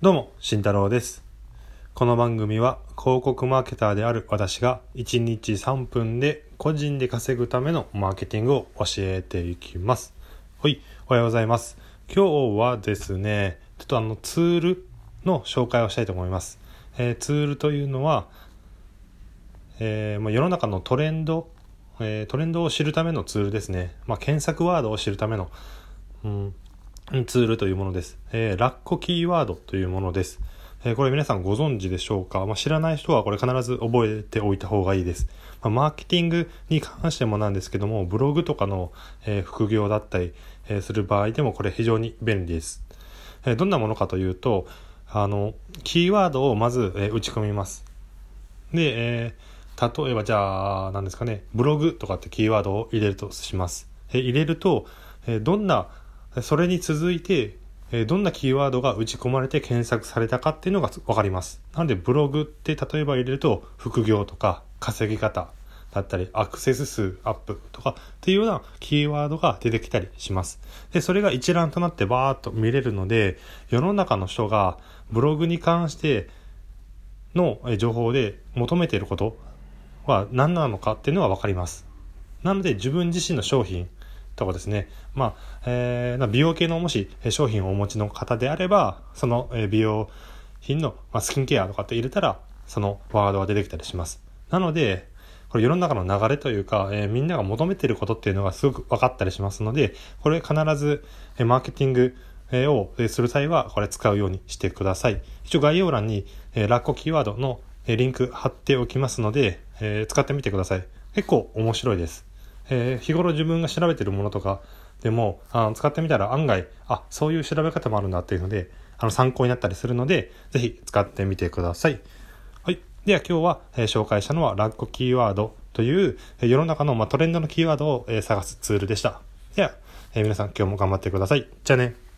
どうも、慎太郎です。この番組は広告マーケターである私が1日3分で個人で稼ぐためのマーケティングを教えていきます。はい、おはようございます。今日はですね、ちょっとツールの紹介をしたいと思います。ツールというのは、世の中のトレンドを知るためのツールですね。検索ワードを知るための、ツールというものです。ラッコキーワードというものです。これ皆さんご存知でしょうか。知らない人はこれ必ず覚えておいた方がいいです。マーケティングに関してもなんですけども、ブログとかの、副業だったり、する場合でもこれ非常に便利です。どんなものかというと、キーワードをまず、打ち込みます。で、例えばじゃあ何ですかね、ブログとかってキーワードを入れるとします。入れると、それに続いてどんなキーワードが打ち込まれて検索されたかっていうのが分かります。なのでブログって例えば入れると副業とか稼ぎ方だったりアクセス数アップとかっていうようなキーワードが出てきたりします。で、それが一覧となってバーっと見れるので、世の中の人がブログに関しての情報で求めていることは何なのかっていうのが分かります。なので自分自身の商品とかですね、美容系のもし商品をお持ちの方であれば、その美容品のスキンケアとかって入れたらそのワードが出てきたりします。なのでこれ世の中の流れというか、みんなが求めていることっていうのがすごく分かったりしますので、これ必ずマーケティングをする際はこれ使うようにしてください。一応概要欄にラッコキーワードのリンク貼っておきますので、使ってみてください。結構面白いです。日頃自分が調べているものとかでも使ってみたら案外そういう調べ方もあるんだっていうので参考になったりするので、ぜひ使ってみてください。はい。では今日は、紹介したのはラッコキーワードという世の中のトレンドのキーワードを探すツールでした。では、皆さん今日も頑張ってください。じゃあね。